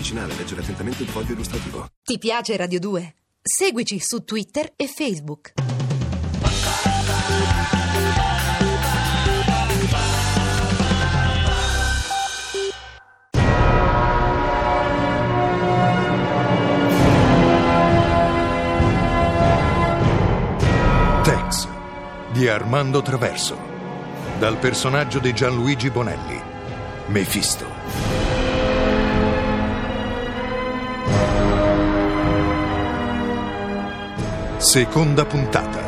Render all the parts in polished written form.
originale. Leggere attentamente il foglio illustrativo. Ti piace Radio 2? Seguici su Twitter e Facebook. Tex di Armando Traverso, dal personaggio di Gianluigi Bonelli, Mefisto. Seconda puntata.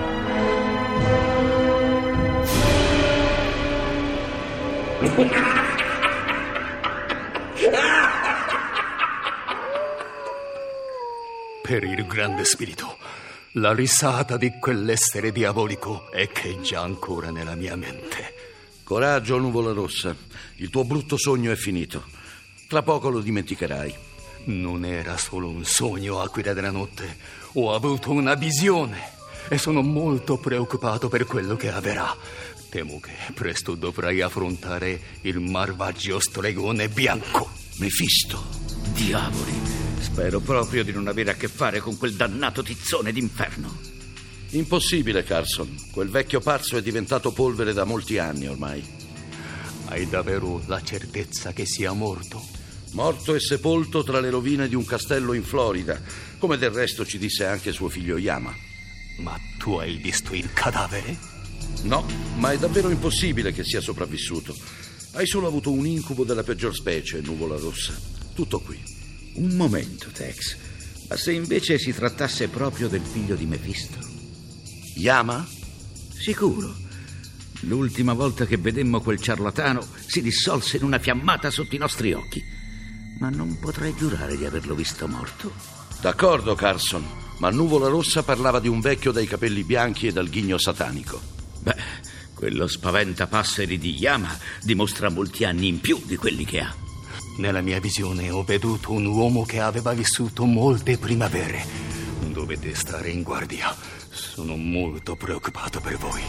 Per il grande spirito, la risata di quell'essere diabolico echeggia ancora nella mia mente. Coraggio, nuvola rossa. Il tuo brutto sogno è finito. Tra poco lo dimenticherai. Non era solo un sogno, Aquila della notte. Ho avuto una visione e sono molto preoccupato per quello che avverrà. Temo che presto dovrai affrontare il malvagio stregone bianco. Mefisto, diavoli. Spero proprio di non avere a che fare con quel dannato tizzone d'inferno. Impossibile, Carson. Quel vecchio pazzo è diventato polvere da molti anni ormai. Hai davvero la certezza che sia morto? Morto e sepolto tra le rovine di un castello in Florida, come del resto ci disse anche suo figlio Yama. Ma tu hai visto il cadavere? No, ma è davvero impossibile che sia sopravvissuto. Hai solo avuto un incubo della peggior specie, nuvola rossa. Tutto qui. Un momento, Tex. Ma se invece si trattasse proprio del figlio di Mefisto? Yama? Sicuro. L'ultima volta che vedemmo quel ciarlatano si dissolse in una fiammata sotto i nostri occhi. Ma non potrei giurare di averlo visto morto. D'accordo, Carson, ma Nuvola Rossa parlava di un vecchio dai capelli bianchi e dal ghigno satanico. Beh, quello spaventapasseri di Yama dimostra molti anni in più di quelli che ha. Nella mia visione ho veduto un uomo che aveva vissuto molte primavere. Dovete stare in guardia. Sono molto preoccupato per voi.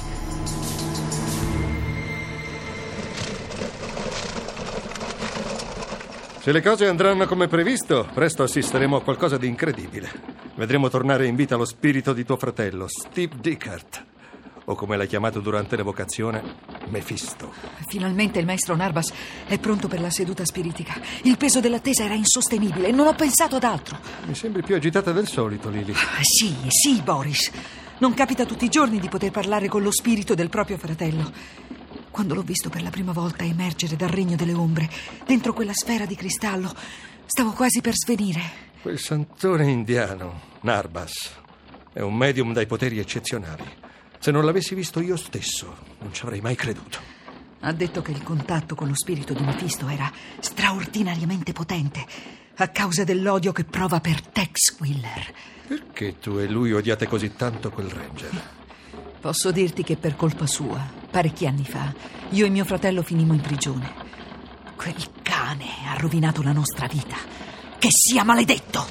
Se le cose andranno come previsto, presto assisteremo a qualcosa di incredibile. Vedremo tornare in vita lo spirito di tuo fratello, Steve Dickert, o come l'hai chiamato durante l'evocazione, Mefisto. Finalmente il maestro Narbas è pronto per la seduta spiritica. Il peso dell'attesa era insostenibile e non ho pensato ad altro. Mi sembri più agitata del solito, Lily. Sì, Boris. Non capita tutti i giorni di poter parlare con lo spirito del proprio fratello. Quando l'ho visto per la prima volta emergere dal regno delle ombre, dentro quella sfera di cristallo, stavo quasi per svenire. Quel santone indiano, Narbas, è un medium dai poteri eccezionali. Se non l'avessi visto io stesso, non ci avrei mai creduto. Ha detto che il contatto con lo spirito di Mefisto era straordinariamente potente, a causa dell'odio che prova per Tex Willer. Perché tu e lui odiate così tanto quel ranger? Posso dirti che per colpa sua, parecchi anni fa, io e mio fratello finimmo in prigione. Quel cane ha rovinato la nostra vita. Che sia maledetto!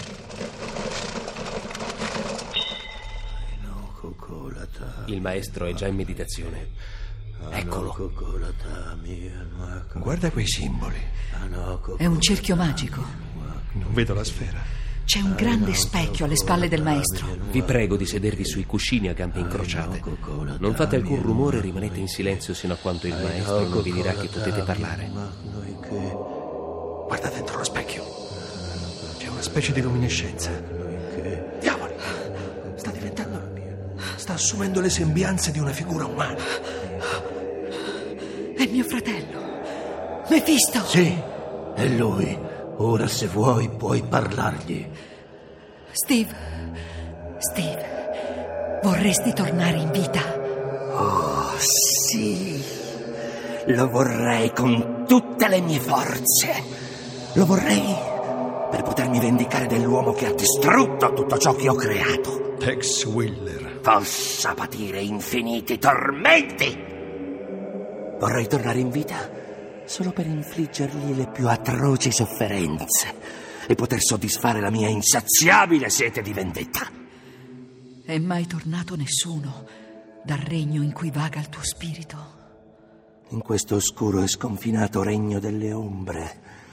Il maestro è già in meditazione. Eccolo. Guarda quei simboli. È un cerchio magico. Non vedo la sfera. C'è un grande specchio alle spalle del maestro. Vi prego di sedervi sui cuscini a gambe incrociate. Non fate alcun rumore e rimanete in silenzio sino a quando il maestro vi dirà che potete parlare. Guarda dentro lo specchio. C'è una specie di luminescenza. Diavoli! Sta assumendo le sembianze di una figura umana. È mio fratello, Mefisto. Sì, è lui. Ora, se vuoi, puoi parlargli. Steve, vorresti tornare in vita? Oh, sì. Lo vorrei con tutte le mie forze. Lo vorrei per potermi vendicare dell'uomo che ha distrutto tutto ciò che ho creato. Tex Willer. Possa patire infiniti tormenti. Vorrei tornare in vita solo per infliggergli le più atroci sofferenze e poter soddisfare la mia insaziabile sete di vendetta. È mai tornato nessuno dal regno in cui vaga il tuo spirito? In questo oscuro e sconfinato regno delle ombre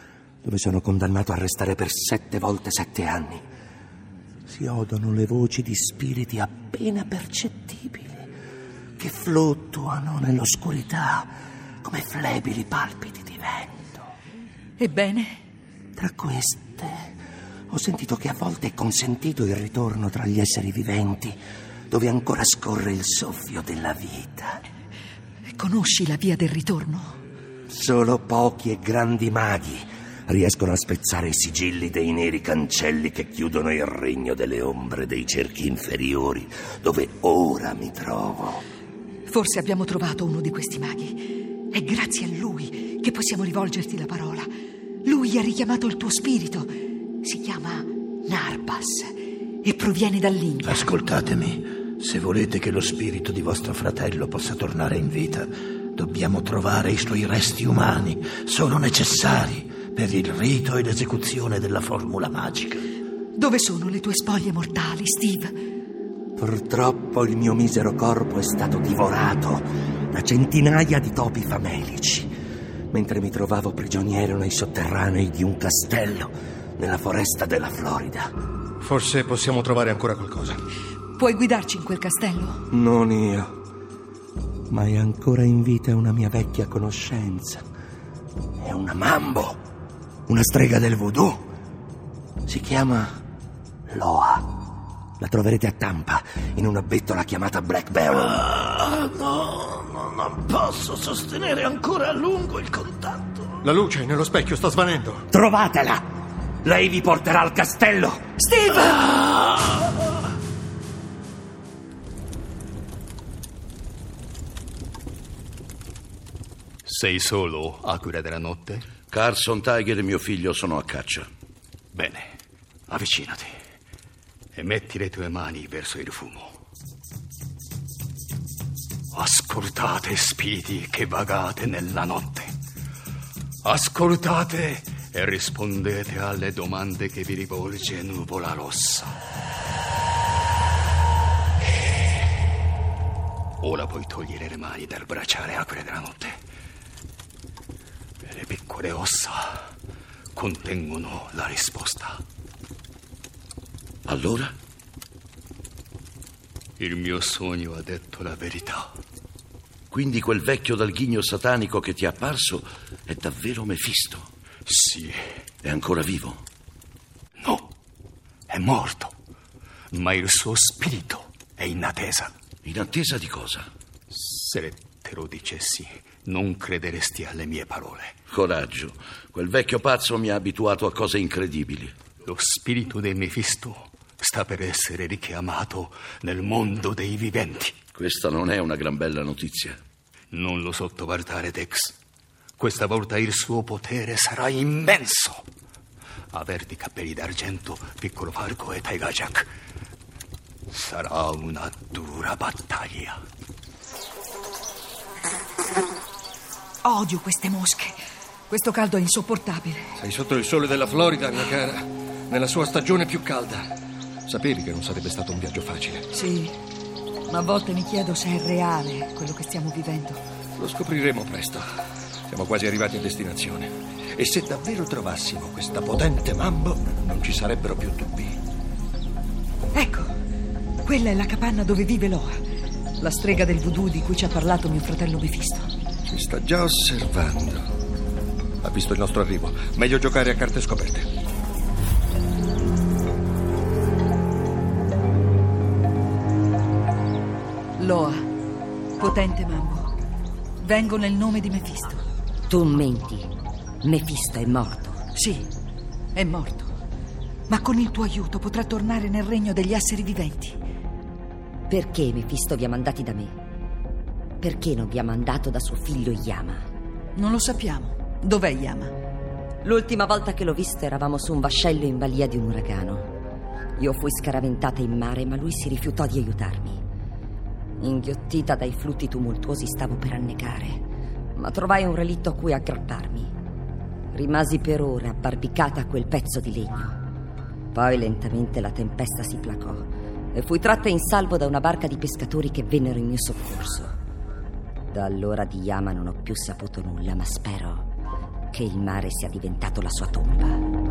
dove sono condannato a restare per 7 volte 7 anni, si odono le voci di spiriti appena percettibili che fluttuano nell'oscurità come flebili palpiti di vento. Ebbene? Tra queste ho sentito che a volte è consentito il ritorno tra gli esseri viventi, dove ancora scorre il soffio della vita. Conosci la via del ritorno? Solo pochi e grandi maghi riescono a spezzare i sigilli dei neri cancelli che chiudono il regno delle ombre dei cerchi inferiori, dove ora mi trovo. Forse abbiamo trovato uno di questi maghi. È grazie a lui che possiamo rivolgerti la parola. Lui ha richiamato il tuo spirito. Si chiama Narbas e proviene dall'India. Ascoltatemi, se volete che lo spirito di vostro fratello possa tornare in vita, dobbiamo trovare i suoi resti umani. Sono necessari per il rito e l'esecuzione della formula magica. Dove sono le tue spoglie mortali, Steve? Purtroppo il mio misero corpo è stato divorato da centinaia di topi famelici, mentre mi trovavo prigioniero nei sotterranei di un castello nella foresta della Florida. Forse possiamo trovare ancora qualcosa. Puoi guidarci in quel castello? Non io, ma è ancora in vita una mia vecchia conoscenza. È una Mambo, una strega del voodoo. Si chiama Loa. La troverete a Tampa, in una bettola chiamata Black Barrel. No, non posso sostenere ancora a lungo il contatto. La luce nello specchio sta svanendo. Trovatela! Lei vi porterà al castello. Steve! Sei solo, Aquila della Notte? Carson, Tiger e mio figlio sono a caccia. Bene, avvicinati e metti le tue mani verso il fumo. Ascoltate, spiriti che vagate nella notte. Ascoltate e rispondete alle domande che vi rivolge Nuvola Rossa. Ora puoi togliere le mani dal bracciale, Aquila della Notte. E le piccole ossa contengono la risposta. Allora? Il mio sogno ha detto la verità. Quindi quel vecchio dal ghigno satanico che ti è apparso è davvero Mefisto? Sì. È ancora vivo? No, è morto. Ma il suo spirito è in attesa. In attesa di cosa? Se te lo dicessi, non crederesti alle mie parole. Coraggio. Quel vecchio pazzo mi ha abituato a cose incredibili. Lo spirito di Mefisto sta per essere richiamato nel mondo dei viventi. Questa non è una gran bella notizia. Non lo sottovalutare, Dex. Questa volta il suo potere sarà immenso. Averti capelli d'argento, Piccolo Falco e Tiger Jack. Sarà una dura battaglia. Odio queste mosche. Questo caldo è insopportabile. Sei sotto il sole della Florida, mia cara, nella sua stagione più calda. Sapevi che non sarebbe stato un viaggio facile. Sì, ma a volte mi chiedo se è reale quello che stiamo vivendo. Lo scopriremo presto. Siamo quasi arrivati a destinazione. E se davvero trovassimo questa potente Mambo, non ci sarebbero più dubbi. Ecco, quella è la capanna dove vive Loa, la strega del voodoo di cui ci ha parlato mio fratello Mefisto. Ci sta già osservando. Ha visto il nostro arrivo. Meglio giocare a carte scoperte. Loa, potente Mambo, vengo nel nome di Mefisto. Tu menti. Mefisto è morto. Sì, è morto. Ma con il tuo aiuto potrà tornare nel regno degli esseri viventi. Perché Mefisto vi ha mandati da me? Perché non vi ha mandato da suo figlio Yama? Non lo sappiamo. Dov'è Yama? L'ultima volta che l'ho visto eravamo su un vascello in balia di un uragano. Io fui scaraventata in mare, ma lui si rifiutò di aiutarmi. Inghiottita dai flutti tumultuosi stavo per annegare, ma trovai un relitto a cui aggrapparmi. Rimasi per ore abbarbicata a quel pezzo di legno. Poi lentamente la tempesta si placò e fui tratta in salvo da una barca di pescatori che vennero in mio soccorso. Da allora di Yama non ho più saputo nulla, ma spero che il mare sia diventato la sua tomba.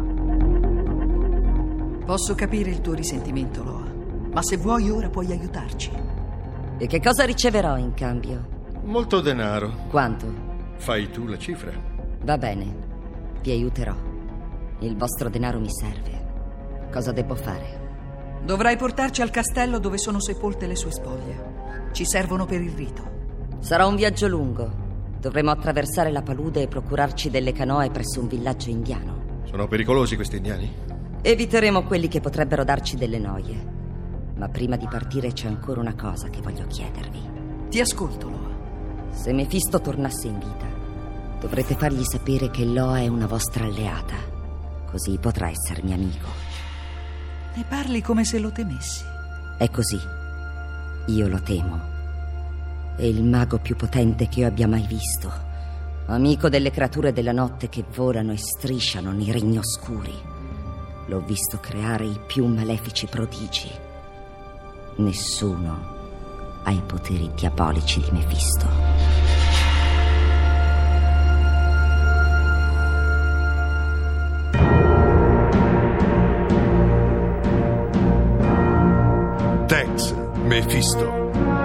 Posso capire il tuo risentimento, Loa, ma se vuoi ora puoi aiutarci. E che cosa riceverò in cambio? Molto denaro. Quanto? Fai tu la cifra. Va bene, vi aiuterò. Il vostro denaro mi serve. Cosa devo fare? Dovrai portarci al castello dove sono sepolte le sue spoglie. Ci servono per il rito. Sarà un viaggio lungo. Dovremo attraversare la palude e procurarci delle canoe presso un villaggio indiano. Sono pericolosi questi indiani? Eviteremo quelli che potrebbero darci delle noie. Ma prima di partire c'è ancora una cosa che voglio chiedervi. Ti ascolto, Loa. Se Mefisto tornasse in vita, dovrete fargli sapere che Loa è una vostra alleata. Così potrà essermi amico. Ne parli come se lo temessi. È così. Io lo temo. È il mago più potente che io abbia mai visto. Amico delle creature della notte che volano e strisciano nei regni oscuri. L'ho visto creare i più malefici prodigi. Nessuno ha i poteri diabolici di Mefisto. Tex Mefisto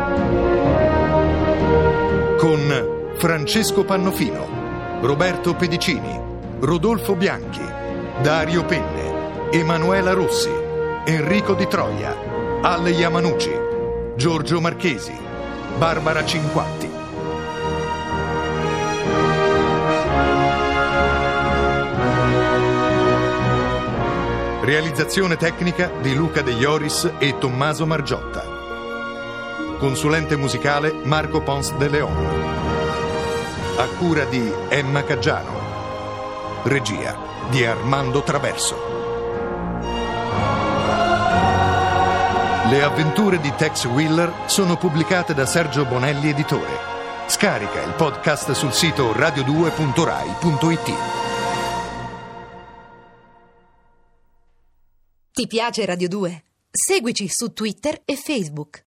con Francesco Pannofino, Roberto Pedicini, Rodolfo Bianchi, Dario Penne, Emanuela Rossi, Enrico Di Troia, Alle Yamanucci, Giorgio Marchesi, Barbara Cinquatti. Realizzazione tecnica di Luca De Ioris e Tommaso Margiotta. Consulente musicale Marco Pons de Leon. A cura di Emma Caggiano. Regia di Armando Traverso. Le avventure di Tex Wheeler sono pubblicate da Sergio Bonelli Editore. Scarica il podcast sul sito radio2.rai.it. Ti piace Radio 2? Seguici su Twitter e Facebook.